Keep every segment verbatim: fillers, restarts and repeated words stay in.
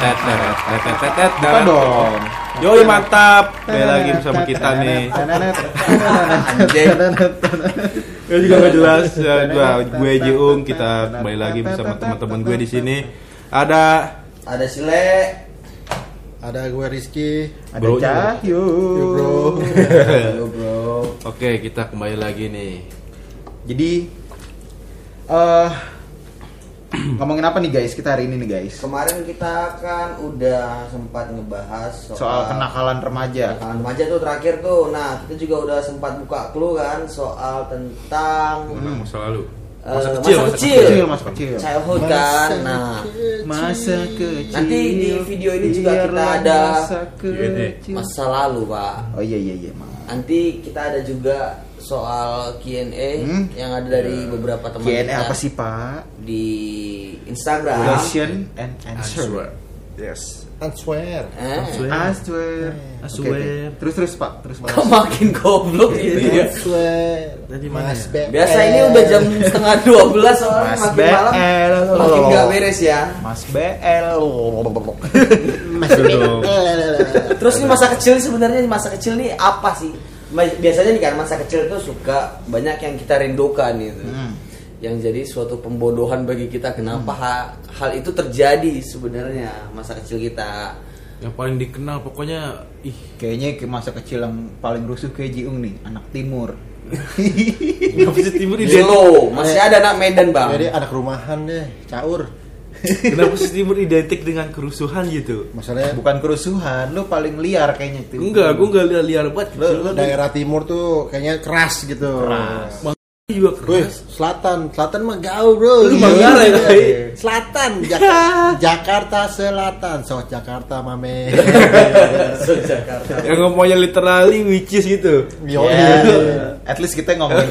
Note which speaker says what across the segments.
Speaker 1: tet tet tet tet tet
Speaker 2: Bukan dong.
Speaker 1: Yoi mantap. Kembali lagi bersama kita nih.
Speaker 2: Anjing.
Speaker 1: Ya juga gak jelas. Ya, gua gue Jiung, kita kembali lagi bersama teman-teman gue di sini. Ada
Speaker 3: Ada Sile,
Speaker 4: ada gue Rizky,
Speaker 2: Ada
Speaker 1: Bro.
Speaker 2: Cahyo.
Speaker 4: yo bro.
Speaker 3: halo bro.
Speaker 1: Oke, kita kembali lagi nih.
Speaker 2: Jadi eh ngomongin apa nih guys kita hari ini nih guys?
Speaker 3: Kemarin kita kan udah sempat ngebahas soal,
Speaker 2: Soal kenakalan remaja.
Speaker 3: kenakalan remaja tuh terakhir tuh. Nah kita juga udah sempat buka clue kan soal tentang
Speaker 1: Mana masa lalu?
Speaker 3: eh,
Speaker 1: Masa kecil,
Speaker 3: masa
Speaker 1: masa
Speaker 3: kecil,
Speaker 2: Kecil, masa kecil.
Speaker 3: childhood kan. Nah
Speaker 2: Masa kecil.
Speaker 3: nanti di video ini juga kita
Speaker 2: biarlah
Speaker 3: ada
Speaker 2: masa
Speaker 1: Q and A.
Speaker 2: kecil.
Speaker 3: masa lalu pak.
Speaker 2: Oh iya iya iya. maaf.
Speaker 3: Nanti kita ada juga soal Q and A
Speaker 2: Hmm?
Speaker 3: yang ada dari beberapa teman
Speaker 2: Q and A
Speaker 3: kita
Speaker 2: apa sih Pak?
Speaker 3: di Instagram.
Speaker 2: Question and answer.
Speaker 1: Answer.
Speaker 2: Yes.
Speaker 4: Answer.
Speaker 3: Eh?
Speaker 2: I swear.
Speaker 1: I
Speaker 2: Oke,
Speaker 1: swear.
Speaker 2: oke. Terus terus Pak, terus Pak.
Speaker 3: Kok makin goblok gitu ya?
Speaker 4: Answer.
Speaker 1: Tadi mana
Speaker 4: Mas
Speaker 1: ya?
Speaker 4: B.
Speaker 3: Biasa ini udah jam setengah dua belas soalnya
Speaker 2: Mas
Speaker 3: makin malam
Speaker 2: B L.
Speaker 3: makin gak beres ya.
Speaker 2: Mas B L.
Speaker 4: Mas B.
Speaker 3: Terus nih masa kecil sebenarnya masa kecil nih apa sih? Ma- Biasanya nih kan masa kecil tuh suka banyak yang kita rindukan gitu.
Speaker 2: Hmm.
Speaker 3: Yang jadi suatu pembodohan bagi kita kenapa ha- hal itu terjadi sebenarnya masa kecil kita.
Speaker 1: Yang paling dikenal pokoknya ih,
Speaker 2: Kayaknya ke masa kecil yang paling rusuh kayak Jiung nih, anak timur.
Speaker 1: kenapa sih timur identik?
Speaker 3: Slow, masih ada anak Medan bang.
Speaker 4: Jadi anak rumahan deh, caur.
Speaker 1: Kenapa sih timur identik dengan kerusuhan gitu?
Speaker 4: Masalahnya
Speaker 2: Bukan kerusuhan, lu paling liar kayaknya itu.
Speaker 1: Enggak, gue enggak liar-liar banget.
Speaker 4: lu, lu daerah timur tuh kayaknya keras gitu.
Speaker 2: Keras.
Speaker 1: Juga
Speaker 4: Wih,
Speaker 1: keras.
Speaker 4: selatan, selatan mah gaul bro.
Speaker 1: Lu
Speaker 4: Iya.
Speaker 1: Manggarai,
Speaker 4: Iya.
Speaker 1: Bay.
Speaker 4: Selatan, Jak- Jakarta Selatan, so Jakarta mame.
Speaker 3: Jakarta.
Speaker 1: Yang ngomongnya literally which is gitu.
Speaker 4: Yo,
Speaker 2: Ya,
Speaker 4: iya.
Speaker 2: at least kita ngomongin.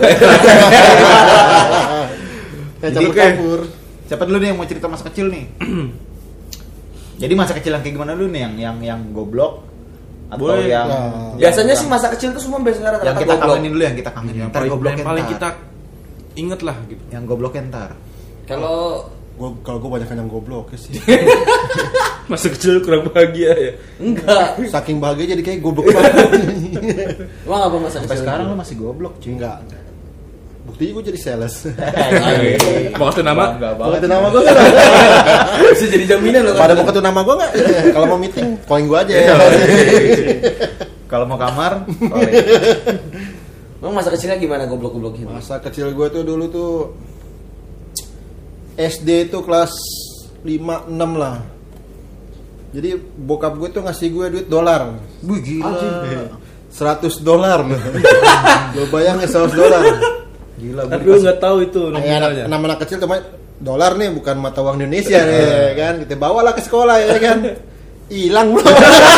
Speaker 4: Kayak
Speaker 2: Jadi,
Speaker 4: campur-campur.
Speaker 2: Siapa dulu nih yang mau cerita masa kecil nih? Jadi masa kecil yang kayak gimana dulu nih yang yang yang goblok atau
Speaker 1: Boleh.
Speaker 2: yang
Speaker 4: Nah.
Speaker 3: Biasanya sih masa kecil tuh semua biasanya
Speaker 2: yang
Speaker 3: rata-rata
Speaker 2: kita
Speaker 3: goblok.
Speaker 2: kangenin dulu yang kita kangenin.
Speaker 1: Yang
Speaker 2: Ntar
Speaker 1: paling,
Speaker 2: gobloknya
Speaker 1: yang paling
Speaker 2: ntar.
Speaker 1: kita inget lah gitu.
Speaker 2: Yang gobloknya ntar.
Speaker 3: Kalau
Speaker 4: Gua kalau gua banyak yang goblok ya sih.
Speaker 1: Masa kecil kurang bahagia ya.
Speaker 3: enggak,
Speaker 4: Saking bahagia jadi kayak goblok banget.
Speaker 3: emang apa masa
Speaker 2: Sampai
Speaker 3: kecil?
Speaker 2: sekarang lu masih goblok, cuy.
Speaker 4: Enggak. Buktinya gue jadi sales.
Speaker 1: Mau kasih nama?
Speaker 2: Enggak
Speaker 4: Mau
Speaker 2: banget.
Speaker 4: ketemu nama gue nggak?
Speaker 3: Bisa jadi jaminan loh kan.
Speaker 4: Pada mau ketemu nama gue nggak? Kalau mau meeting, calling gue aja.
Speaker 2: Kalau mau kamar, boleh.
Speaker 3: Emang masa kecilnya gimana goblok-gobloknya?
Speaker 4: Masa kecil gue tuh dulu tuh S D tuh kelas lima enam lah. Jadi bokap gue tuh ngasih gue duit dolar.
Speaker 2: Wih gila.
Speaker 4: seratus dolar. Lo bayangin seratus dolar.
Speaker 2: Gila.
Speaker 1: Tapi gue nggak tahu itu
Speaker 4: Kayak anak,
Speaker 1: nominalnya.
Speaker 4: anak kecil teman dolar nih bukan mata uang Indonesia nih ya kan. Kita bawalah ke sekolah ya kan. Hilang bro.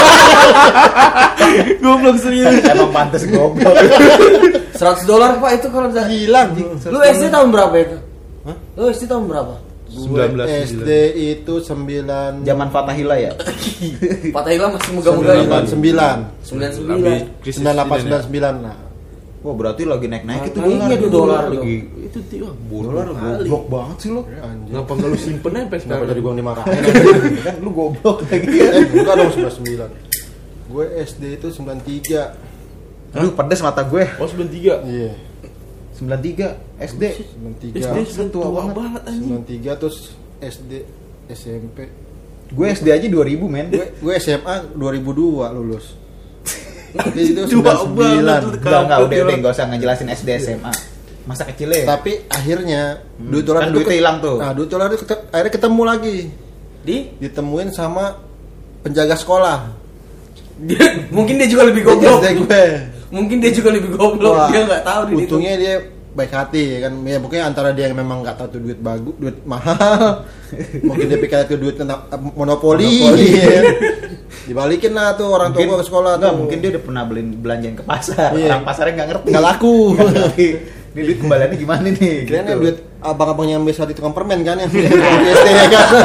Speaker 1: Goblok serius.
Speaker 2: Emang pantas goblok.
Speaker 3: seratus dolar pak itu kalau bisa.
Speaker 4: Hilang.
Speaker 3: Lu S D tahun berapa itu?
Speaker 4: Hah?
Speaker 3: Lu S D tahun berapa?
Speaker 1: sembilan belas
Speaker 4: S D itu sembilan
Speaker 2: Zaman Fatahila ya.
Speaker 3: Patah hilang masih muga-muga
Speaker 4: sembilan delapan sembilan
Speaker 3: sembilan sembilan.
Speaker 1: Habis krisis
Speaker 4: sembilan delapan
Speaker 1: ini
Speaker 4: sembilan
Speaker 1: ya.
Speaker 4: sembilan lah.
Speaker 2: Wah berarti lagi naik-naik itu
Speaker 3: Naiknya tuh dolar tuh.
Speaker 2: lagi.
Speaker 1: Itu tiba
Speaker 2: Dolar goblok banget sih lo.
Speaker 4: Anjir.
Speaker 1: Ngapa nggak lu simpen aja sampai
Speaker 4: Kenapa
Speaker 1: sekarang?
Speaker 4: jadi gue yang dimarahin?
Speaker 2: Kan lu goblok lagi.
Speaker 4: Eh, bukan dong sembilan sembilan. Gue S D itu sembilan tiga.
Speaker 2: Aduh pedes mata gue.
Speaker 1: Oh sembilan tiga.
Speaker 4: Iya.
Speaker 2: sembilan tiga S D.
Speaker 4: sembilan
Speaker 1: S
Speaker 4: tiga.
Speaker 1: D sudah tua banget anjing.
Speaker 4: sembilan tiga terus S D S M P.
Speaker 2: Gue S D aja dua ribu men.
Speaker 4: Gue gue S M A dua ribu dua lulus. Tapi itu
Speaker 1: Tua
Speaker 4: sembilan
Speaker 1: banget
Speaker 4: sembilan.
Speaker 1: lu.
Speaker 2: Enggak enggak udah udah enggak usah ngejelasin S D S M A. Masa kecilnya.
Speaker 4: Tapi akhirnya duit dolar
Speaker 2: Kan duitnya hilang tuh.
Speaker 4: Nah, duit dolar itu ket- akhirnya ketemu lagi.
Speaker 3: Di?
Speaker 4: Ditemuin sama penjaga sekolah.
Speaker 3: Dia, mungkin dia juga lebih goblok.
Speaker 4: S D gue.
Speaker 3: Mungkin dia juga lebih goblok.
Speaker 4: Wah,
Speaker 3: Dia nggak tahu di
Speaker 4: untungnya dia baik hati ya kan, ya pokoknya antara dia yang memang nggak tahu tuh duit bagus, duit mahal, mungkin dia pikir itu duit tentang eh, monopoli,
Speaker 2: Monopoli.
Speaker 4: ya. Dibalikin lah tuh orang tua
Speaker 2: Mungkin-
Speaker 4: gua ke sekolah
Speaker 2: enggak,
Speaker 4: tuh.
Speaker 2: mungkin dia udah pernah beliin belanjain ke pasar.
Speaker 4: Iya.
Speaker 2: Orang pasarnya enggak ngerti.
Speaker 4: Nggak laku.
Speaker 2: Ngerti. Ini duit kembaliannya gimana nih?
Speaker 4: Kirain
Speaker 2: gitu.
Speaker 4: duit abang-abang yang biasa di tukang permen kan yang di S D ya kan.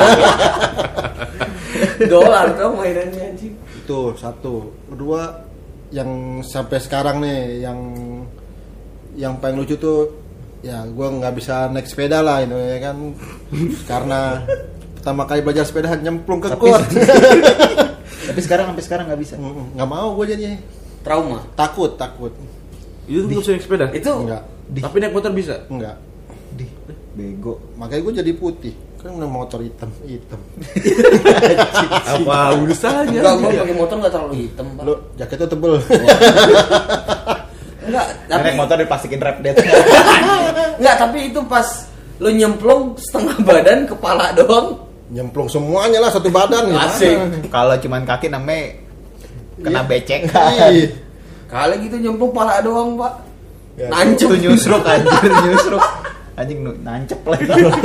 Speaker 3: dolar tuh mainannya anjing.
Speaker 4: Itu satu. Kedua yang sampai sekarang nih yang yang paling lucu tuh ya gue nggak bisa naik sepeda lah itu ya kan karena pertama kali belajar sepeda nyemplung ke
Speaker 2: Tapi-
Speaker 4: got.
Speaker 2: Tapi sekarang sampai sekarang nggak bisa.
Speaker 4: Mm-mm, nggak mau gue jadinya.
Speaker 3: Trauma.
Speaker 4: Takut, takut.
Speaker 1: Itu nggak bisa naik sepeda.
Speaker 3: Itu
Speaker 4: Enggak,
Speaker 1: Tapi naik motor bisa.
Speaker 4: enggak.
Speaker 2: Di bego.
Speaker 4: Makanya gue jadi putih. Kan udah motor hitam, hitam.
Speaker 1: Apa urusannya?
Speaker 3: enggak, gua pakai motor enggak terlalu hitam, Pak.
Speaker 4: Lo jaketnya tebel.
Speaker 3: Enggak, tapi
Speaker 2: Naik motor diplastikin wrap dead.
Speaker 3: enggak, tapi itu pas lo nyemplung setengah badan, kepala doang.
Speaker 4: Nyemplung semuanya lah satu badan. gimana?
Speaker 3: Asik.
Speaker 2: Kalau cuman kaki namanya kena
Speaker 4: Iya.
Speaker 2: becek.
Speaker 4: Ih.
Speaker 3: Kali gitu nyemplung pala doang, Pak.
Speaker 4: Ya,
Speaker 3: Nancep.
Speaker 2: Itu nyusruk anjir, nyusruk. Anjing nu- nancep lagi.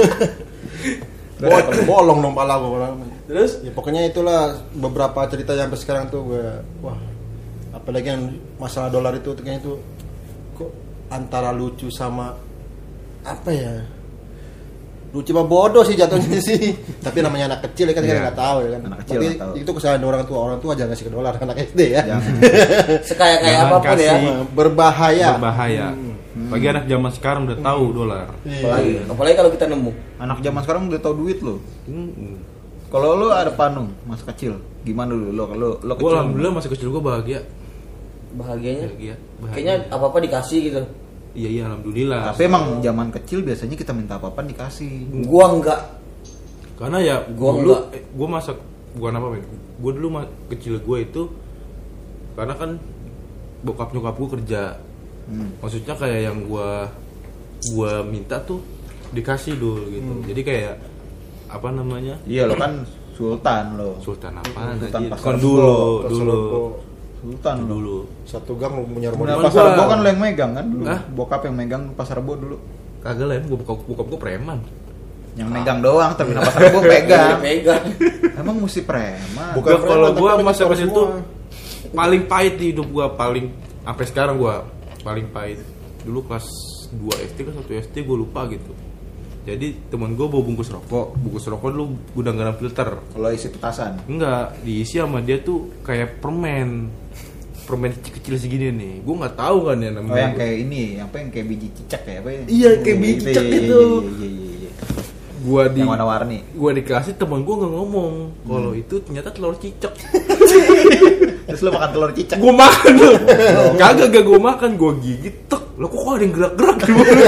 Speaker 4: Bo- bolong dong pala gue.
Speaker 3: Terus
Speaker 4: Ya pokoknya itulah beberapa cerita yang sampai sekarang tuh gue, wah, apalagi yang masalah dolar itu kayaknya itu kok antara lucu sama apa ya, lucu sama bodoh sih jatuhnya sih. Tapi namanya anak kecil ya kan kita
Speaker 1: Iya.
Speaker 4: nggak tahu ya kan.
Speaker 2: Anak kecil
Speaker 4: Tapi
Speaker 2: nggak tahu.
Speaker 4: itu kesalahan orang tua, orang tua jangan kasih ke dolar anak S D ya.
Speaker 2: Jangan.
Speaker 3: sekaya kayak
Speaker 1: Jangan
Speaker 3: apapun ya.
Speaker 1: kasih.
Speaker 4: Berbahaya.
Speaker 1: Berbahaya. Bagi anak zaman sekarang udah tahu dolar.
Speaker 3: Apalagi, apalagi kalau kita nemu.
Speaker 2: Anak zaman sekarang udah tahu duit loh.
Speaker 1: Hmm.
Speaker 2: Kalau lo ada Panung masa kecil, gimana dulu lo kalau lo
Speaker 1: Gue
Speaker 2: kecil?
Speaker 1: alhamdulillah masa kecil gue bahagia.
Speaker 3: Bahagianya.
Speaker 1: Bahagia. Bahagia.
Speaker 3: Kayaknya apa-apa dikasih gitu.
Speaker 1: Iya iya alhamdulillah.
Speaker 2: Tapi emang zaman kecil biasanya kita minta apa-apa dikasih.
Speaker 3: Gua enggak.
Speaker 1: Karena ya
Speaker 3: Gua
Speaker 1: dulu
Speaker 3: enggak.
Speaker 1: eh, gue masak bukan apa men. Gue dulu ma- kecil gue itu karena kan bokap nyokap gue kerja.
Speaker 2: Hmm.
Speaker 1: Maksudnya kayak yang gue gue minta tuh dikasih dulu gitu. Jadi kayak apa namanya?
Speaker 2: Iya lo kan sultan lo.
Speaker 1: Sultan apa?
Speaker 2: Sultan
Speaker 1: Anjir.
Speaker 2: Pasar
Speaker 1: Kan dulu,
Speaker 4: Pasar
Speaker 1: dulu,
Speaker 4: Rebo.
Speaker 2: Sultan lo.
Speaker 1: dulu.
Speaker 4: Satu gang lu punya rumah.
Speaker 2: Nah,
Speaker 1: Cuman
Speaker 2: pasar
Speaker 1: gua-
Speaker 2: Rebo kan lo yang megang kan dulu.
Speaker 1: Hah?
Speaker 2: Bokap yang megang pasar Rebo dulu.
Speaker 1: Kagak lah, gue bokap bokap gue preman.
Speaker 2: Yang megang doang, tapi nah pasar Rebo pegang.
Speaker 3: Pegang.
Speaker 2: Emang mesti preman.
Speaker 4: Bukan
Speaker 1: Gua- kalau
Speaker 4: preman,
Speaker 1: gue
Speaker 4: tapi
Speaker 1: masa
Speaker 4: kita
Speaker 1: kecil
Speaker 4: semua.
Speaker 1: tuh paling pahit di hidup gue, paling sampai sekarang gue paling pahit. Dulu kelas dua S D kan satu S D gue lupa gitu. Jadi temen gue bawa bungkus rokok, bungkus rokok dulu gudang garam filter.
Speaker 2: Kalau isi petasan.
Speaker 1: Enggak, diisi sama dia tuh kayak permen. Permen kecil-kecil segini nih. Gue nggak tahu kan ya namanya.
Speaker 2: Oh yang kayak ini, yang apa yang kayak biji cicak ya apa ya?
Speaker 1: Iya, kayak biji
Speaker 2: Iya,
Speaker 1: cicak
Speaker 2: iya,
Speaker 1: itu.
Speaker 2: Iya iya iya iya.
Speaker 1: Gua di
Speaker 2: Yang warna-warni.
Speaker 1: gua dikasih temen gue nggak ngomong kalau itu ternyata telur cicak.
Speaker 2: Terus lo makan telur cicak.
Speaker 1: Gue makan tuh. Kagak gak gue makan, gue gigit tek. Lah kok ada yang gerak-gerak di mulut.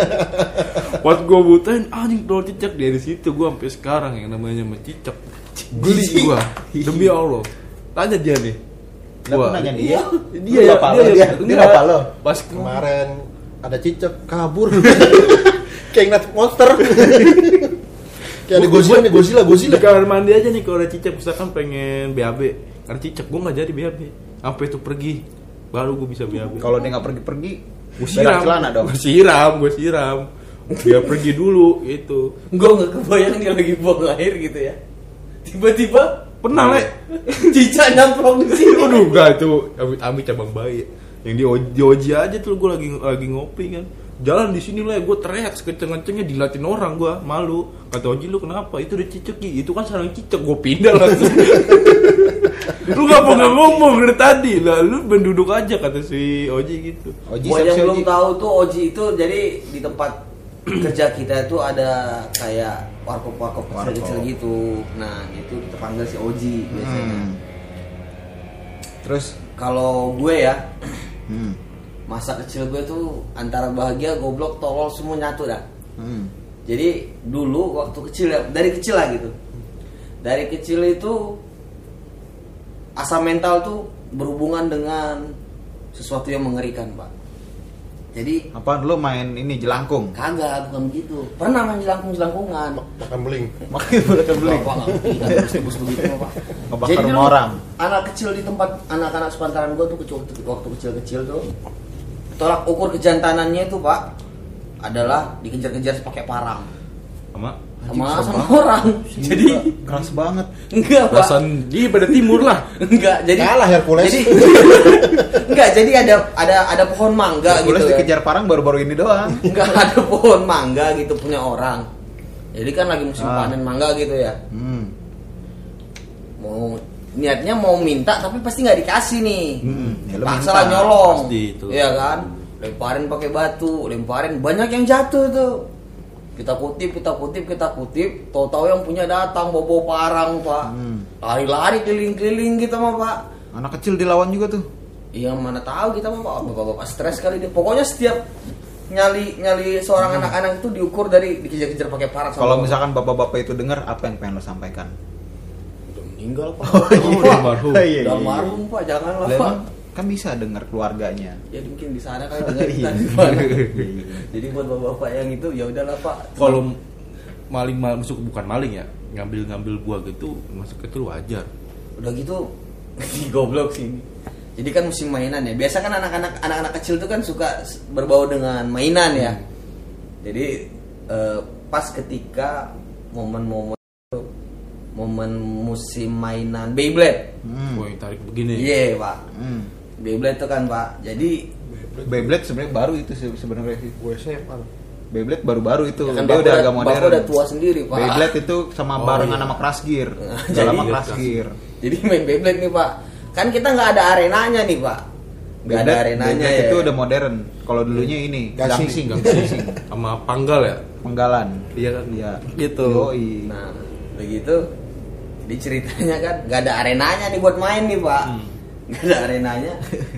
Speaker 1: Pas gue butain anjing telur cicak, dari situ gue sampai sekarang yang namanya mencicak. Geli gue. Demi Allah. Tanya dia nih.
Speaker 2: Lah aku nanya dia.
Speaker 1: Dia
Speaker 2: Lu
Speaker 1: ya,
Speaker 2: apa
Speaker 1: dia,
Speaker 2: lo?
Speaker 1: ya.
Speaker 2: Dia dia
Speaker 1: Enggak.
Speaker 2: apa lo?
Speaker 1: Pas
Speaker 4: Kemarin ada cicak kabur. Kayak ngeliat monster. Kayak ada Godzilla nih, Godzilla, Godzilla.
Speaker 1: di kamar mandi aja nih kalau ada cicak, misalkan pengen B A B karena cicak, gue nggak jadi B A B sampai itu pergi baru gue bisa B A B.
Speaker 2: Kalau dia nggak pergi-pergi,
Speaker 1: gue
Speaker 2: berak
Speaker 1: siram
Speaker 2: celana dong.
Speaker 1: gue siram gue siram dia pergi dulu itu.
Speaker 3: Gua enggak kebayang dia lagi buang air gitu ya. Tiba-tiba
Speaker 1: Pernah le
Speaker 3: cicak nyamplung di sini.
Speaker 1: aduh enggak itu amit amit cabang bayi yang di oji, di oji aja tuh gue lagi lagi ngopi kan, jalan di sini lah gue teriak sekeceng-kencengnya, dilatin orang, gue malu. Kata Oji, lu kenapa? Itu udah cicak Ki. Itu kan sarang cicak. Gue pindah langsung. Lu gak pernah ngomong dari tadi lah, lu menduduk aja kata si Oji gitu.
Speaker 2: Oji
Speaker 3: Buat
Speaker 2: siapa
Speaker 3: yang
Speaker 2: sih
Speaker 3: belum
Speaker 2: Oji?
Speaker 3: tahu tuh Oji itu jadi di tempat kerja kita itu ada kayak warkop-warkop
Speaker 2: Warkop.
Speaker 3: kecil-kecil gitu. Nah, itu kita panggil si Oji biasanya.
Speaker 2: Hmm. Terus,
Speaker 3: Kalau gue ya,
Speaker 2: hmm.
Speaker 3: masa kecil gue tuh antara bahagia, goblok, tolol semua nyatu dah.
Speaker 2: Hmm.
Speaker 3: Jadi dulu waktu kecil ya, dari kecil lah gitu. Dari kecil itu asam mental tuh berhubungan dengan sesuatu yang mengerikan, Pak. Jadi
Speaker 2: Apaan lu main ini jelangkung?
Speaker 3: kagak, bukan begitu. Pernah main jelangkung-jelangkungan.
Speaker 4: Makan beling.
Speaker 2: Makanya boleh beli.
Speaker 3: Bapak nggak ngerti, nggak tebus-tebus begitu, Pak.
Speaker 2: Ngebakar
Speaker 3: Jadi
Speaker 2: rumah
Speaker 3: dulu,
Speaker 2: orang.
Speaker 3: anak kecil di tempat anak-anak sepantaran gue tuh kecil, waktu kecil-kecil tuh tolak ukur kejantanannya itu, Pak, adalah dikejar-kejar pakai parang
Speaker 1: Sama
Speaker 3: sama sama orang. Jadi
Speaker 2: keras banget.
Speaker 3: enggak, Pak.
Speaker 1: perasaan di pada timur lah.
Speaker 3: Enggak, jadi
Speaker 4: Kalah Hercules.
Speaker 3: Jadi enggak, jadi ada ada ada pohon mangga
Speaker 2: Boleh
Speaker 3: gitu. Ya.
Speaker 2: dikejar parang baru-baru ini doang.
Speaker 3: Enggak ada pohon mangga gitu punya orang. Jadi kan lagi musim
Speaker 2: Ah.
Speaker 3: panen mangga gitu ya.
Speaker 2: Hmm.
Speaker 3: Mau niatnya mau minta tapi pasti nggak dikasih nih.
Speaker 2: Hmm, ya lu
Speaker 3: Paksa
Speaker 2: minta.
Speaker 3: lah nyolong.
Speaker 1: Pasti itu.
Speaker 3: Iya kan? Lemparin pakai batu, lemparin banyak yang jatuh tuh. Kita kutip, kita kutip, kita kutip. Tahu-tahu yang punya datang bawa parang pak.
Speaker 2: Hmm.
Speaker 3: Lari-lari keliling-keliling kita mah pak.
Speaker 2: Anak kecil dilawan juga tuh.
Speaker 3: Iya mana tahu kita mah pak. Bapak-bapak stres kali dia. Pokoknya setiap nyali nyali seorang
Speaker 2: Hmm.
Speaker 3: anak-anak itu diukur dari dikejar-kejar pakai parang.
Speaker 2: Kalau misalkan bapak-bapak itu dengar, apa yang pengen lo sampaikan?
Speaker 3: udah meninggal pak.
Speaker 1: Oh, udah marhum.
Speaker 2: Iya, iya.
Speaker 3: Udah marhum pak, janganlah
Speaker 2: Lah,
Speaker 3: pak.
Speaker 2: emang kan bisa dengar keluarganya.
Speaker 3: Ya mungkin di sana kan dengar kita di mana. Jadi buat bapak-bapak yang itu ya udahlah pak.
Speaker 1: Kalau maling mal masuk bukan maling ya, ngambil-ngambil buah gitu masuk kecil wajar.
Speaker 3: Udah gitu di goblok sih. Jadi kan musim mainan ya. Biasa kan anak-anak anak-anak kecil tuh kan suka berbau dengan mainan ya. Jadi eh, pas ketika momen-momen momen musim mainan Beyblade.
Speaker 2: Hmm.
Speaker 1: Gua yang tarik begini.
Speaker 3: Iya, Pak.
Speaker 2: Hmm.
Speaker 3: Beyblade tuh kan, Pak. Jadi
Speaker 2: Beyblade sebenarnya baru itu sih sebenarnya sih.
Speaker 4: Gue S M A.
Speaker 2: Beyblade baru-baru itu.
Speaker 3: ya kan
Speaker 2: Dia
Speaker 3: Bapak
Speaker 2: udah agak modern.
Speaker 3: Bapak udah tua sendiri, Pak.
Speaker 2: Beyblade itu sama
Speaker 1: Oh,
Speaker 2: barengan
Speaker 1: iya.
Speaker 2: sama Crash Gear.
Speaker 3: Jadi-
Speaker 2: Dalam sama
Speaker 1: iya,
Speaker 2: Crash
Speaker 1: Crash
Speaker 2: Gear.
Speaker 3: Jadi main Beyblade nih, Pak. Kan kita nggak ada arenanya nih, Pak. Nggak ada
Speaker 2: Beyblade-
Speaker 3: arenanya
Speaker 2: Beyblade
Speaker 3: ya.
Speaker 2: itu udah modern. Kalau dulunya ini
Speaker 4: Gasing.
Speaker 2: gangsing,
Speaker 1: Gangsing. Sama panggal ya.
Speaker 2: penggalan.
Speaker 1: Iya kan?
Speaker 2: Iya.
Speaker 1: Gitu.
Speaker 2: Yoi.
Speaker 3: Nah, begitu di ceritanya kan nggak ada arenanya nih buat main nih, Pak.
Speaker 1: Hmm.
Speaker 3: Nggak ada arenanya.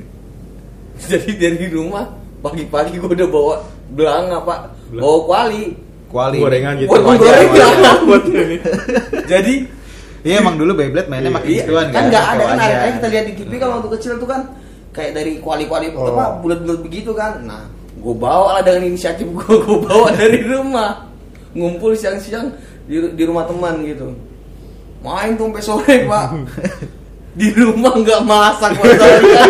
Speaker 3: Jadi dari rumah pagi-pagi gue udah bawa belanga, Pak. Bawa kuali.
Speaker 2: Kuali.
Speaker 1: Gorengan gitu.
Speaker 3: Buat
Speaker 1: Wajar,
Speaker 3: menggoreng
Speaker 1: wajar.
Speaker 3: belanga.
Speaker 1: Buat ini.
Speaker 3: Jadi
Speaker 2: Iya emang dulu Beyblade mainnya
Speaker 1: Iya,
Speaker 2: makin
Speaker 3: iya,
Speaker 2: gituan
Speaker 3: kan nggak ada kan
Speaker 2: Pakai
Speaker 3: arenanya
Speaker 2: wajan.
Speaker 3: kita lihat di T V kalau waktu kecil tuh kan kayak dari kuali-kuali
Speaker 4: Oh.
Speaker 3: apa bulat-bulat begitu kan. Nah, gue bawa lah dengan inisiatif gue, gue bawa dari rumah. Ngumpul siang-siang di, di rumah teman gitu. Main tuh sampai sore, Pak. Di rumah nggak masak Pak, seharian.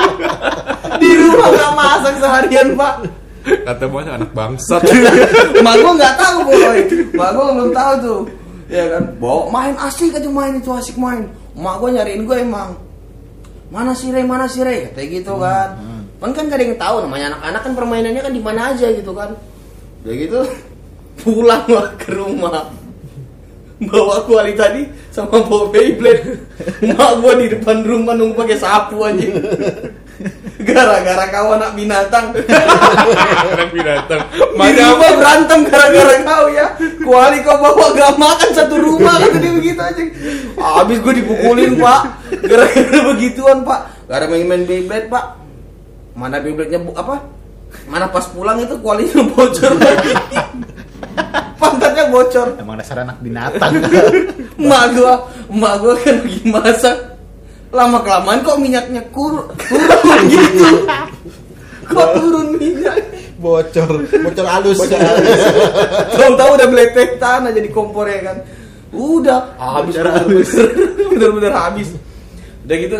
Speaker 3: Di rumah nggak masak seharian, Pak.
Speaker 1: Kata bos anak bangsat.
Speaker 3: Mak gue nggak tahu boy, mak gue belum tahu tuh, ya kan. Bawa main asik aja main itu asik main. Mak gue nyariin gue emang. Mana si Ray, mana si Ray, kayak gitu kan. Kan kan gak ada yang tahu namanya anak-anak kan permainannya kan di mana aja gitu kan. Udah gitu pulang lah ke rumah. Bawa kuali tadi sama bawa Beyblade. Mak gue di depan rumah nunggu pakai sapu aja. Gara-gara kau anak binatang.
Speaker 1: Anak binatang.
Speaker 3: Di rumah berantem gara-gara kau ya. Kuali kau bawa gak makan satu rumah kata dia begitu aja. Habis gue dipukulin, Pak. Gara-gara begituan, Pak. Gara-gara main-main Beyblade, Pak. Mana Beyblade-nya bu- apa? Mana pas pulang itu kualinya bocor lagi. Pantatnya bocor.
Speaker 2: Emang dasar anak binatang.
Speaker 3: Emak gua, emak gua kan lagi masak. Lama kelamaan kok minyaknya kur turun gitu. Kok turun minyak?
Speaker 4: Bocor, bocor halus.
Speaker 3: Tahu-tahu udah belepetan aja di kompor ya kan. Udah habis bener-bener, bener-bener habis. Udah gitu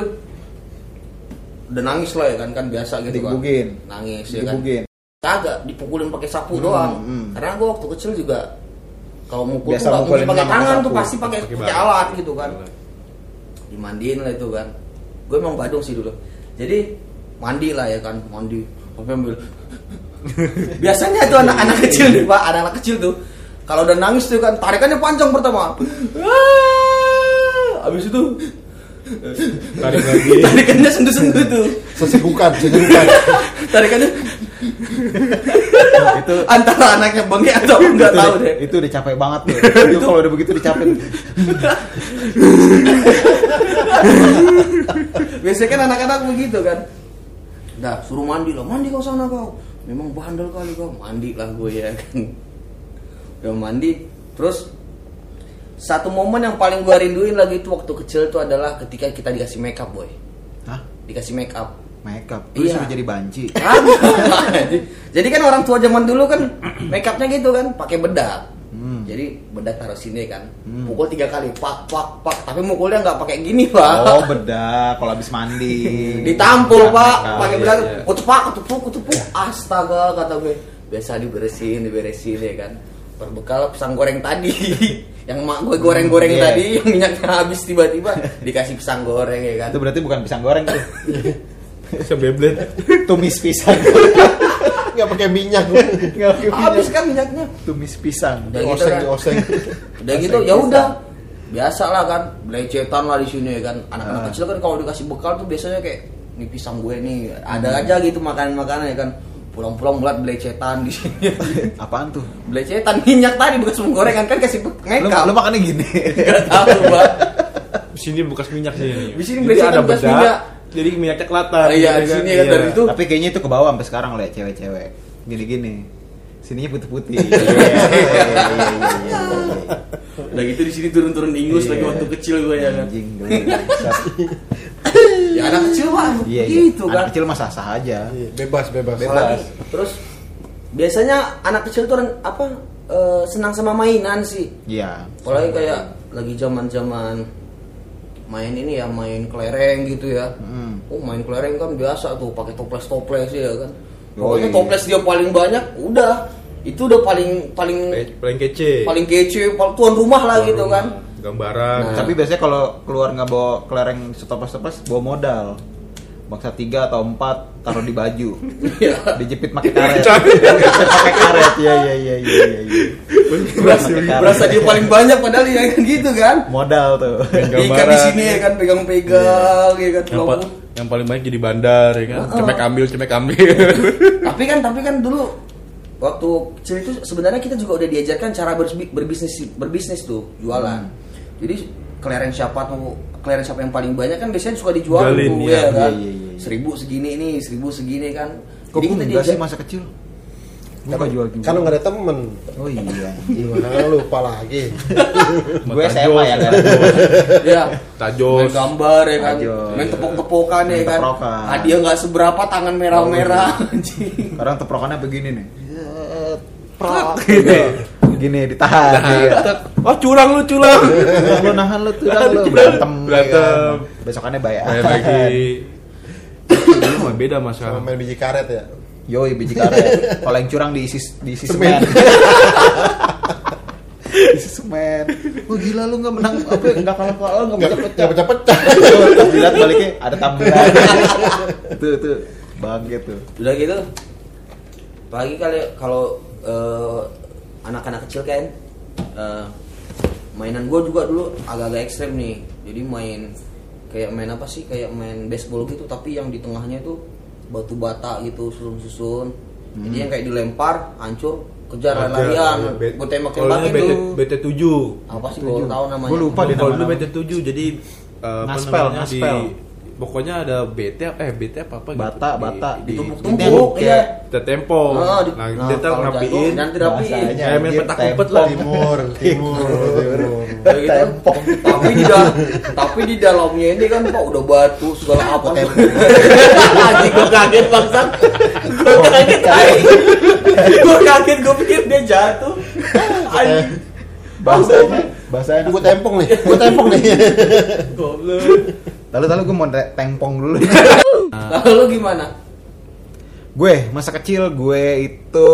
Speaker 3: udah nangis lah ya kan kan biasa gitu kan.
Speaker 2: Digebugin.
Speaker 3: Nangis ya kan.
Speaker 2: Digebugin.
Speaker 3: Kagak dipukulin pakai sapu
Speaker 2: Hmm,
Speaker 3: doang.
Speaker 2: hmm.
Speaker 3: Karena gua waktu kecil juga kalau mukul
Speaker 2: Biasa
Speaker 3: tuh nggak
Speaker 2: mukulin
Speaker 3: mungkin pakai
Speaker 2: sama
Speaker 3: tangan
Speaker 2: sapu.
Speaker 3: tuh pasti pakai
Speaker 1: Pakai
Speaker 3: pakai
Speaker 1: batu.
Speaker 3: alat gitu kan. Dimandiin lah itu kan. Gue emang badung sih dulu. Jadi mandi lah ya kan, mandi. Sampai ambil. Biasanya tuh anak-anak kecil nih Pak, anak-anak kecil tuh kalau udah nangis tuh kan tarikannya panjang pertama. Ah, habis itu
Speaker 1: Tarik lagi.
Speaker 3: tarikannya sendu-sendu tuh.
Speaker 4: Sesegukan, sesegukan.
Speaker 3: Tarikannya
Speaker 2: Itu
Speaker 3: antara anaknya bengek atau enggak
Speaker 2: itu,
Speaker 3: tahu deh.
Speaker 2: itu udah capek banget tuh. Itu kalau udah begitu udah capek.
Speaker 3: Biasanya kan anak-anak begitu kan. Dah suruh mandi lah, mandi kau sana kau. Memang bandel kali kau, mandi lah gue ya kan. Udah mandi, terus satu momen yang paling gue rinduin lagi itu waktu kecil itu adalah ketika kita dikasih makeup boy,
Speaker 2: Hah?
Speaker 3: dikasih makeup.
Speaker 2: Makeup. Lu
Speaker 3: Iya.
Speaker 2: suruh jadi banci.
Speaker 3: Jadi kan orang tua zaman dulu kan makeupnya gitu kan, pakai bedak.
Speaker 2: Hmm.
Speaker 3: Jadi bedak taruh sini kan,
Speaker 2: Hmm.
Speaker 3: pukul tiga kali, pak pak pak. Tapi mukulnya nggak pakai gini pak.
Speaker 2: Oh, bedak kalau habis mandi.
Speaker 3: Ditampul
Speaker 2: Ya,
Speaker 3: pak,
Speaker 2: makeup.
Speaker 3: pakai
Speaker 1: iya,
Speaker 3: bedak,
Speaker 1: iya.
Speaker 3: kutupak, kutupuk, kutupuk. Astaga kata gue, biasa diberesin, diberesin ya kan. Berbekal pisang goreng tadi, yang mak gue goreng-goreng
Speaker 2: Hmm, iya.
Speaker 3: tadi, yang minyaknya habis tiba-tiba dikasih pisang goreng ya kan.
Speaker 2: Itu berarti bukan pisang goreng tuh.
Speaker 1: Sebeblet.
Speaker 2: Tumis pisang.
Speaker 4: Nggak pakai minyak.
Speaker 2: Nggak pakai minyak.
Speaker 3: Habis kan minyaknya.
Speaker 2: Tumis pisang.
Speaker 3: Udah gitu
Speaker 4: Oseng,
Speaker 3: kan.
Speaker 4: oseng.
Speaker 3: Udah gitu ya udah. Biasa lah kan, belecetan lah di sini ya kan. Anak-anak
Speaker 2: Ah.
Speaker 3: kecil kan kalau dikasih bekal tuh biasanya kayak nih pisang gue nih, ada aja gitu makanan-makanan ya kan. pulang-pulang buat belecetan di sini.
Speaker 2: Apaan tuh?
Speaker 3: Belecetan minyak tadi bekas penggorengan kan kasih
Speaker 2: Lu,
Speaker 3: ngekap.
Speaker 2: lu makannya gini.
Speaker 3: Enggak tahu, Pak.
Speaker 1: Di sini bekas minyak sih.
Speaker 3: Di sini
Speaker 1: Jadi
Speaker 3: belecetan
Speaker 1: ada
Speaker 3: bekas
Speaker 1: bedak.
Speaker 3: minyak.
Speaker 1: Jadi minyaknya kelihatan.
Speaker 3: Iya, di sini kan dari itu.
Speaker 2: Tapi kayaknya itu ke bawah sampai sekarang lihat cewek-cewek. Gini-gini. Sininya putih-putih. Iya, iya, iya, iya.
Speaker 3: Udah gitu di sini turun-turun ingus
Speaker 2: Iya.
Speaker 3: lagi waktu kecil gue ya kan.
Speaker 2: Anjing, geli, bangsat.
Speaker 3: Ya anak kecil Pak.
Speaker 2: Iya, iya.
Speaker 3: Gitu kan.
Speaker 2: Anak kecil mah sah-sah aja.
Speaker 4: Iya, bebas bebas.
Speaker 3: Apalagi, terus biasanya anak kecil tuh apa eh, senang sama mainan sih.
Speaker 2: Iya.
Speaker 3: Apalagi kayak lagi zaman-zaman main ini ya, main kelereng gitu ya.
Speaker 2: Hmm.
Speaker 3: Oh, main kelereng kan biasa tuh pakai toples-toples ya kan.
Speaker 2: Oh,
Speaker 3: Pokoknya
Speaker 2: iya.
Speaker 3: toples dia paling banyak, udah itu udah paling paling
Speaker 1: Paling kece.
Speaker 3: paling kece, paling tuan rumah lah gitu kan.
Speaker 1: Gambaran.
Speaker 3: Nah.
Speaker 2: Tapi biasanya kalau keluar nggak bawa kelereng setoples-toples, bawa modal. Bangsa tiga atau empat taruh di baju,
Speaker 3: Iya.
Speaker 2: dijepit pakai karet, dijepit pakai karet, iya iya iya iya iya. iya.
Speaker 3: Berasa,
Speaker 2: Pakai karet.
Speaker 3: berasa dia paling banyak padahal ya kan gitu kan.
Speaker 2: Modal tuh.
Speaker 3: Ikan di
Speaker 1: Gambaran.
Speaker 3: sini ya kan pegang-pegang ya kan.
Speaker 1: yang, pa- yang paling banyak jadi bandar ya kan.
Speaker 3: Heeh.
Speaker 1: Cemek ambil, cemek ambil.
Speaker 3: tapi kan tapi kan dulu waktu kecil itu sebenarnya kita juga udah diajarkan cara bersbi- berbisnis berbisnis tuh jualan. Jadi kelereng siapa tuh kelereng siapa yang paling banyak kan biasanya suka dijual
Speaker 1: Jualin,
Speaker 3: tuh
Speaker 1: iya,
Speaker 3: ya kan.
Speaker 2: iya, iya, iya.
Speaker 3: Seribu segini nih, seribu segini kan.
Speaker 2: Kok
Speaker 3: Jadi
Speaker 2: gue
Speaker 3: kita
Speaker 2: enggak sih
Speaker 3: diajar-
Speaker 2: masa kecil? Kita jual juga.
Speaker 4: Kalau nggak ada temen,
Speaker 2: Oh iya.
Speaker 4: gimana lupa lagi.
Speaker 2: Gue S M A ya kan.
Speaker 3: ya
Speaker 1: Tajos.
Speaker 3: main gambar ya kan,
Speaker 2: Tajos.
Speaker 3: main tepok-tepokan ya
Speaker 2: Main
Speaker 3: kan.
Speaker 2: teprokan.
Speaker 3: Hadiah nggak seberapa tangan merah-merah anjing.
Speaker 2: Sekarang teprokannya begini nih. Prok gitu. Gini ditahan. Iya.
Speaker 1: Oh curang lu curang.
Speaker 2: Nahan lu nahan lu tuh lu berantem
Speaker 1: Berantem.
Speaker 2: ya kan. Besokannya bayar.
Speaker 1: Main lagi. Dulu mah beda mas
Speaker 4: Sama
Speaker 1: sekarang.
Speaker 4: main biji karet ya.
Speaker 2: Yoi biji karet. Kalau yang curang diisi diisi semen. Diisi semen. Wah gila lu nggak menang apa nggak kalah kalah nggak
Speaker 4: Nggak
Speaker 2: pecah
Speaker 4: nggak pecah-pecah.
Speaker 2: Pas dilihat baliknya ada tampilan. Tuh tuh bangke tuh.
Speaker 3: Udah gitu. Apalagi kali kalau eh, anak-anak kecil kan eh, mainan gue juga dulu agak-agak ekstrem nih. Jadi main kayak main apa sih? Kayak main baseball gitu tapi yang di tengahnya itu batu bata gitu susun-susun. Jadi yang kayak dilempar, hancur, kejar larian. Gue tembak-tembakin
Speaker 1: B T,
Speaker 3: tuh.
Speaker 1: B T tujuh.
Speaker 3: Apa sih gue tahu namanya?
Speaker 2: Gua lupa deh
Speaker 1: Kalau dulu
Speaker 2: nama-nama.
Speaker 1: B T tujuh jadi eh, apa
Speaker 2: Ngaspel,
Speaker 1: namanya, di
Speaker 2: ngaspel.
Speaker 1: pokoknya ada B T eh B T apa apa
Speaker 2: Bata
Speaker 1: gitu.
Speaker 2: bata
Speaker 1: di, di,
Speaker 3: Ditumpuk-tumpuk,
Speaker 2: Ini
Speaker 3: iya.
Speaker 1: kita tempo.
Speaker 3: Oh, di-
Speaker 1: nah,
Speaker 3: nah,
Speaker 1: dia tuh
Speaker 3: kalau
Speaker 1: ngapiin.
Speaker 3: jatuh, nanti rapiin.
Speaker 2: Bahasanya.
Speaker 1: Kayak main
Speaker 2: Anjir,
Speaker 1: petak umpet
Speaker 2: tempo.
Speaker 1: lah.
Speaker 4: Timur, timur, timur.
Speaker 3: Kayak gitu. Tapi di dalam tapi di dalamnya ini kan Pak udah batu segala apa. Anjing gue kaget bangsat. Gue kaget aja. Gue kaget gue pikir dia jatuh. Anjing.
Speaker 2: bahasanya bahasanya
Speaker 4: Gue tempong nih, gue tempong nih.
Speaker 3: Goblok.
Speaker 2: lalu lalu gue mau te- tengpong dulu.
Speaker 3: Lalu lu gimana?
Speaker 2: Gue masa kecil gue itu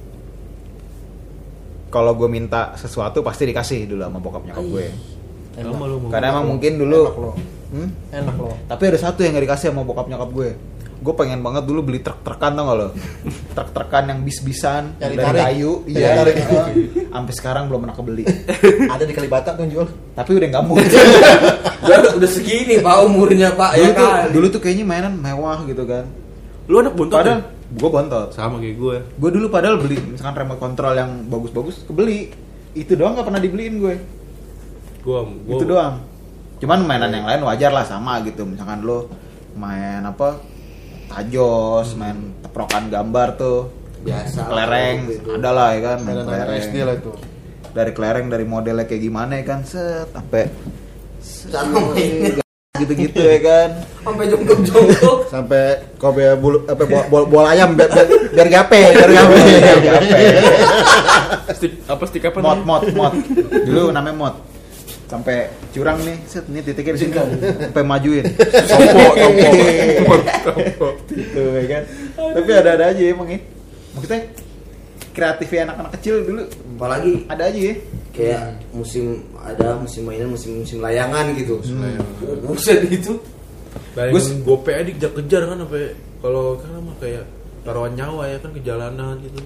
Speaker 2: kalau gue minta sesuatu pasti dikasih dulu sama bokap nyokap gue.
Speaker 1: Lama lu mau.
Speaker 2: Karena emang mungkin dulu
Speaker 4: Enak loh.
Speaker 2: Hmm?
Speaker 4: Enak loh.
Speaker 2: Tapi ada satu yang gak dikasih sama bokap nyokap gue. Gue pengen banget dulu beli truk-trukan tau gak lo? Truk-trukan yang bis-bisan
Speaker 4: Yang
Speaker 2: dari
Speaker 4: ditarik.
Speaker 2: kayu.
Speaker 4: Yang
Speaker 2: Iya.
Speaker 4: ditarik.
Speaker 2: Sampai sekarang belum pernah kebeli.
Speaker 4: Ada di Kalibata tuh yang jual.
Speaker 2: Tapi udah nggak mau.
Speaker 3: Udah udah segini Pak umurnya Pak
Speaker 2: dulu
Speaker 3: ya
Speaker 2: tuh
Speaker 3: kan.
Speaker 2: dulu tuh kayaknya mainan mewah gitu kan.
Speaker 1: Lu anak buntot.
Speaker 2: Padahal
Speaker 1: ya?
Speaker 2: gue bontot.
Speaker 1: Sama kayak gue.
Speaker 2: Gue dulu padahal beli misalkan remote control yang bagus-bagus kebeli. Itu doang nggak pernah dibeliin gue.
Speaker 1: Gua, gua
Speaker 2: Itu doang. Cuman mainan yang lain wajar lah sama gitu. Misalkan lo main apa? Tajos, main teprokan gambar tuh.
Speaker 3: Biasa.
Speaker 2: Kelereng, ada lah ya kan, main
Speaker 4: Mainan anak S D lah itu.
Speaker 2: Dari kelereng dari modelnya kayak gimana ya kan, set sampai
Speaker 3: Sampai
Speaker 2: gitu-gitu ya kan.
Speaker 3: sampai jongkok-jongkok.
Speaker 4: Sampai kobe bulu apa bola, bola, bola ayam biar biar, biar gape, biar gape.
Speaker 2: Biar gape.
Speaker 1: Stick apa stick apa
Speaker 2: Mod
Speaker 1: namanya?
Speaker 2: mod mod. Dulu namanya mod. Sampai curang nih, set ini titiknya di sini. Sampai majuin.
Speaker 1: Tompo, tompo. Tompo.
Speaker 2: Gitu ya kan. Tapi ada-ada aja emang ya. Maksudnya kreatifnya anak-anak kecil dulu
Speaker 3: Apalagi
Speaker 2: ada aja ya.
Speaker 3: kayak musim ada musim mainan musim musim layangan gitu.
Speaker 1: Layangan.
Speaker 3: Oh, buset gitu.
Speaker 1: Bayangin gope aja dikejar kan sampai kalau kan mah kayak taruhan nyawa ya kan ke jalanan gitu.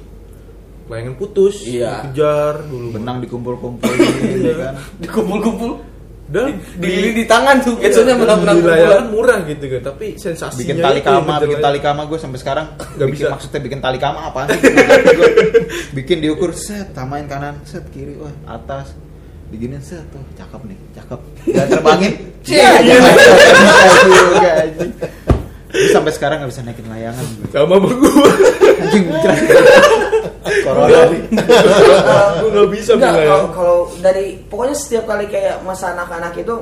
Speaker 1: Layangan putus,
Speaker 3: Iya.
Speaker 1: dikejar dulu.
Speaker 2: Benang dikumpul-kumpulin ya kan.
Speaker 3: Dikumpul-kumpul.
Speaker 1: Dan
Speaker 3: Di, di, di tangan tuh biasanya benar-benar
Speaker 1: di layangan murah gitu kan, tapi sensasinya
Speaker 2: bikin tali
Speaker 1: itu yang
Speaker 2: kama, bikin
Speaker 1: menjelek.
Speaker 2: tali kama gue sampai sekarang
Speaker 1: Nggak
Speaker 2: bikin,
Speaker 1: bisa.
Speaker 2: maksudnya bikin tali kama apaan sih? Nggak ngerti gue. Bikin diukur set, tamain kanan, set kiri, wah atas, diginin set tuh, cakep nih, cakep. Dan terbangin,
Speaker 3: Cie,
Speaker 2: iya, juga anjing. Terus sampai sekarang nggak bisa naikin layangan. gue.
Speaker 1: Sama sama gue.
Speaker 2: Anjing mikir corona nih.
Speaker 1: Gue nggak bisa
Speaker 3: Enggak,
Speaker 1: bilang.
Speaker 3: kalau, kalau dari pokoknya setiap kali kayak masa anak-anak itu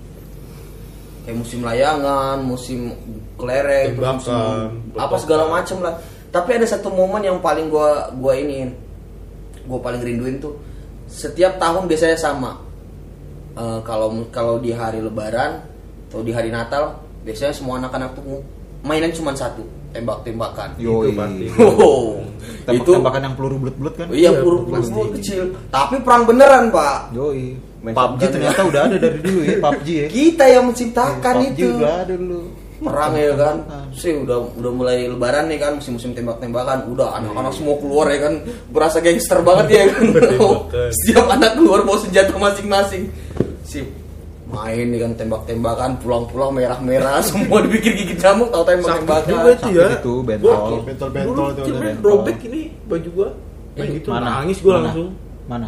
Speaker 3: kayak musim layangan, musim kelereng, terus
Speaker 1: Tembakan,
Speaker 3: musim apa segala macem lah. Tapi ada satu momen yang paling gua gua ini, gua paling rinduin tuh setiap tahun biasanya sama. Eh, kalau kalau di hari Lebaran atau di hari Natal biasanya semua anak-anak tuh mainan cuma satu, tembak-tembakan.
Speaker 2: Yoi.
Speaker 1: Itu pasti.
Speaker 3: Oh, itu
Speaker 2: Tembak-tembakan yang peluru bulat-bulat kan?
Speaker 3: iya
Speaker 1: Iya,
Speaker 3: peluru
Speaker 1: pasti.
Speaker 3: peluru kecil, tapi perang beneran pak.
Speaker 2: Yoi.
Speaker 3: Main
Speaker 2: P U B G
Speaker 3: shotgun
Speaker 2: ternyata udah ada dari dulu ya, P U B G ya.
Speaker 3: Kita yang menciptakan
Speaker 2: P U B G
Speaker 3: itu
Speaker 2: udah ada dulu.
Speaker 3: perang ya kan.
Speaker 2: Tembakan.
Speaker 3: Sih udah udah mulai Lebaran nih kan, musim-musim tembak-tembakan. Udah anak-anak semua keluar ya kan, berasa gangster banget ya kan.
Speaker 1: Tembakan.
Speaker 3: Setiap anak keluar bawa senjata masing-masing. Sip, main nih kan tembak-tembakan, pulang-pulang merah-merah, semua dipikir gigit nyamuk, tahu
Speaker 1: Sakit
Speaker 3: tembak-tembakan.
Speaker 1: juga itu ya.
Speaker 2: Sakit itu, bentol.
Speaker 1: Gua-
Speaker 4: Bentol-bentol
Speaker 1: dulu
Speaker 4: itu
Speaker 1: kecil
Speaker 4: ada
Speaker 1: main
Speaker 2: bentol.
Speaker 1: robek ini baju gua. Main gitu nangis gua
Speaker 2: Mana?
Speaker 1: langsung.
Speaker 2: Mana?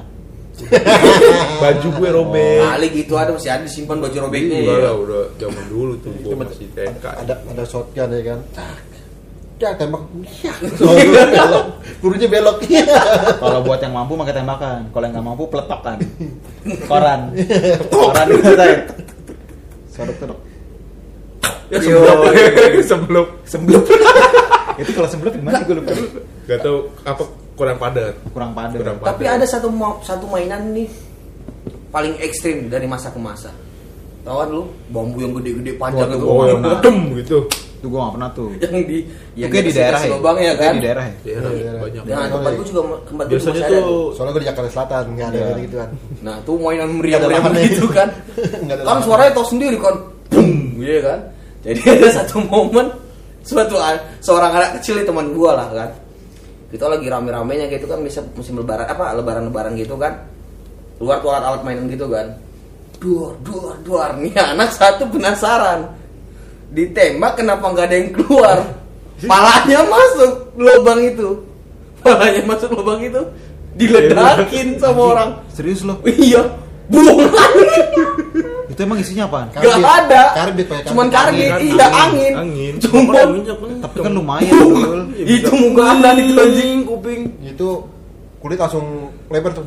Speaker 1: Baju gue robek.
Speaker 3: Kali gitu ada masih ada disimpan baju robeknya.
Speaker 1: Enggak
Speaker 3: ya.
Speaker 1: lah, udah zaman dulu tuh
Speaker 4: Itu
Speaker 1: gua
Speaker 4: mah-
Speaker 1: masih T K.
Speaker 4: ada ada shotgun ya kan. Ya tembak. Ya. Soalnya belok. Gurunya belok.
Speaker 2: Kalau buat yang mampu pakai tembakan, kalau yang nggak mampu peletokan. Koran. Koran saya. Sorok-sorok.
Speaker 1: Ya sebelum sebelum
Speaker 2: Semblep. Itu kalau semblep gimana gue lupa.
Speaker 1: Gak tau apa kurang padat.
Speaker 2: Kurang padat.
Speaker 1: Kurang padat.
Speaker 3: Tapi ada satu ma- satu mainan nih paling ekstrim dari masa ke masa. Tahu kan lu bambu yang gede-gede panjang itu
Speaker 1: Oh yang
Speaker 2: Nah.
Speaker 1: dem gitu.
Speaker 2: Itu gue nggak pernah tuh.
Speaker 3: yang di yang
Speaker 2: Oke di daerah ya.
Speaker 3: lubang ya kan.
Speaker 2: Di daerah ya.
Speaker 1: Daerah
Speaker 4: Iya, daerah.
Speaker 1: banyak.
Speaker 3: Nah, tempat gua juga tempat gua juga
Speaker 1: Biasanya
Speaker 3: masih ada
Speaker 1: tuh
Speaker 4: Soalnya gue di Jakarta Selatan nggak ada
Speaker 2: Iya.
Speaker 4: kayak gitu kan.
Speaker 3: Nah, tuh mainan meriam-meriam
Speaker 4: Nggak ada lahannya.
Speaker 3: gitu kan.
Speaker 4: Nggak ada
Speaker 3: Kan
Speaker 4: lahannya.
Speaker 3: suaranya tau sendiri kan. Bum, gitu kan. Jadi ada satu momen suatu seorang anak kecil nih, teman gua lah kan. Kita lagi rame-ramenya gitu kan, bisa musim lebaran apa lebaran-lebaran gitu kan. Keluar tuh alat-alat mainan gitu kan. Duar, duar, duar. Nih anak satu penasaran. Ditembak kenapa nggak ada yang keluar? Palanya masuk lubang itu. Palanya masuk lubang itu. Diledakin sama orang.
Speaker 2: Serius loh?
Speaker 3: Iya. Buang.
Speaker 2: Itu emang isinya apaan?
Speaker 3: Gak ada.
Speaker 4: Karbit, pakai
Speaker 3: Cuman
Speaker 4: karbit.
Speaker 3: karbit,
Speaker 1: Angin,
Speaker 3: iya
Speaker 1: angin,
Speaker 3: angin.
Speaker 1: angin.
Speaker 3: Cuma
Speaker 2: Tapi kan lumayan betul.
Speaker 3: itu muka anak itu anjing.
Speaker 1: kuping.
Speaker 4: Itu kulit langsung lebar tuh.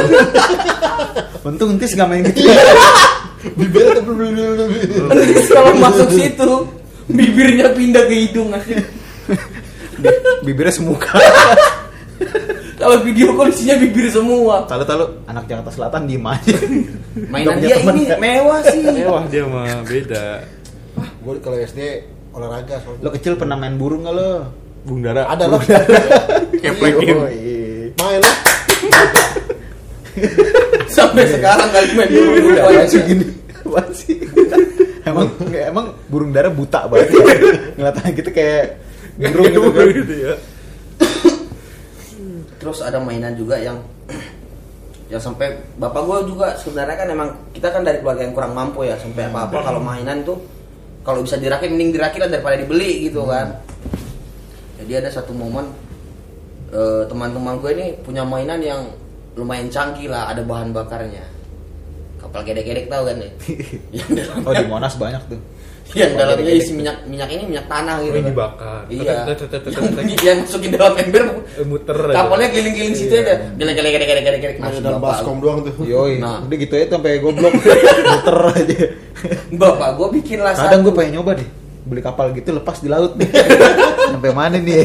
Speaker 2: Untung entis gak main gitu.
Speaker 4: Bibirnya tuh belum.
Speaker 3: Nanti kalau masuk situ bibirnya pindah ke hidung anjing.
Speaker 2: Bibirnya semuka.
Speaker 3: Kalau video call isinya bibir semua.
Speaker 2: Tahu-tahu anak Jakarta Selatan diem aja.
Speaker 3: Mainan
Speaker 2: Nggak punya
Speaker 3: dia
Speaker 2: temen.
Speaker 3: ini mewah sih.
Speaker 1: Mewah dia mah beda.
Speaker 4: Gue kalau S D olahraga soalnya.
Speaker 2: Lo kecil pernah main burung gak lo?
Speaker 1: Bung Dara.
Speaker 4: Ada lah.
Speaker 1: Keplekin.
Speaker 4: Main lah.
Speaker 3: Sampai sekarang kali main dulu dulu
Speaker 2: Apaan
Speaker 3: aja.
Speaker 2: sih gini? Apaan sih? Emang emang burung dara buta banget ya? Ngeliatnya gitu kayak gerung gitu kan?
Speaker 1: gitu ya.
Speaker 3: Terus ada mainan juga yang yang sampai bapak gue juga sebenarnya kan emang kita kan dari keluarga yang kurang mampu ya, sampai apa apa kalau mainan tuh kalau bisa dirakit mending dirakit lah daripada dibeli gitu kan. Jadi ada satu momen eh, teman-teman gue ini punya mainan yang lumayan canggih lah, ada bahan bakarnya, kapal gedek-gedek tahu kan ya? Yang dalamnya,
Speaker 2: Oh di Monas banyak tuh.
Speaker 3: yang dalamnya isi minyak minyak ini minyak tanah gitu.
Speaker 1: Ini
Speaker 3: kan.
Speaker 1: dibakar.
Speaker 3: Iya.
Speaker 1: Tet, tet, tet, tet,
Speaker 3: Yang
Speaker 1: tet.
Speaker 3: bunyi yang masukin dalam ember.
Speaker 1: Eh, muter aja.
Speaker 3: Kapalnya keliling-keliling situ aja. Gelek-gelek-gelek-gelek-gelek.
Speaker 4: Ada
Speaker 3: Masih
Speaker 4: dalam
Speaker 3: bapak.
Speaker 4: baskom doang tuh.
Speaker 2: Yoi,
Speaker 3: Nah.
Speaker 2: udah gitu aja sampai goblok muter aja.
Speaker 3: Bapak gue bikin lah
Speaker 2: Kadang
Speaker 3: satu.
Speaker 2: gue pengen nyoba deh beli kapal gitu lepas di laut nih. Sampai mana nih ya?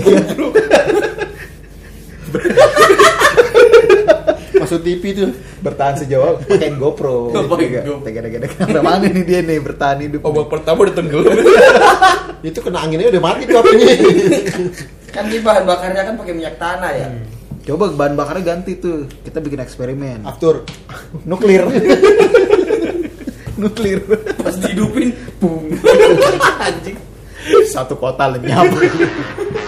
Speaker 4: Masuk T V tuh.
Speaker 2: Bertahan sejauh pakein GoPro.
Speaker 3: Pakein GoPro.
Speaker 2: Tegak-tegak sampai mana nih dia nih bertahan hidup.
Speaker 1: Obat pertama udah tenggelam.
Speaker 4: Itu kena anginnya udah mati tuh apinya.
Speaker 3: Kan di bahan bakarnya kan pakai minyak tanah ya.
Speaker 2: Coba bahan bakarnya ganti tuh. Kita bikin eksperimen.
Speaker 4: Aftur.
Speaker 2: Nuklir. Nuklir.
Speaker 3: Pas dihidupin, boom. Anjing.
Speaker 2: Satu kota lenyap.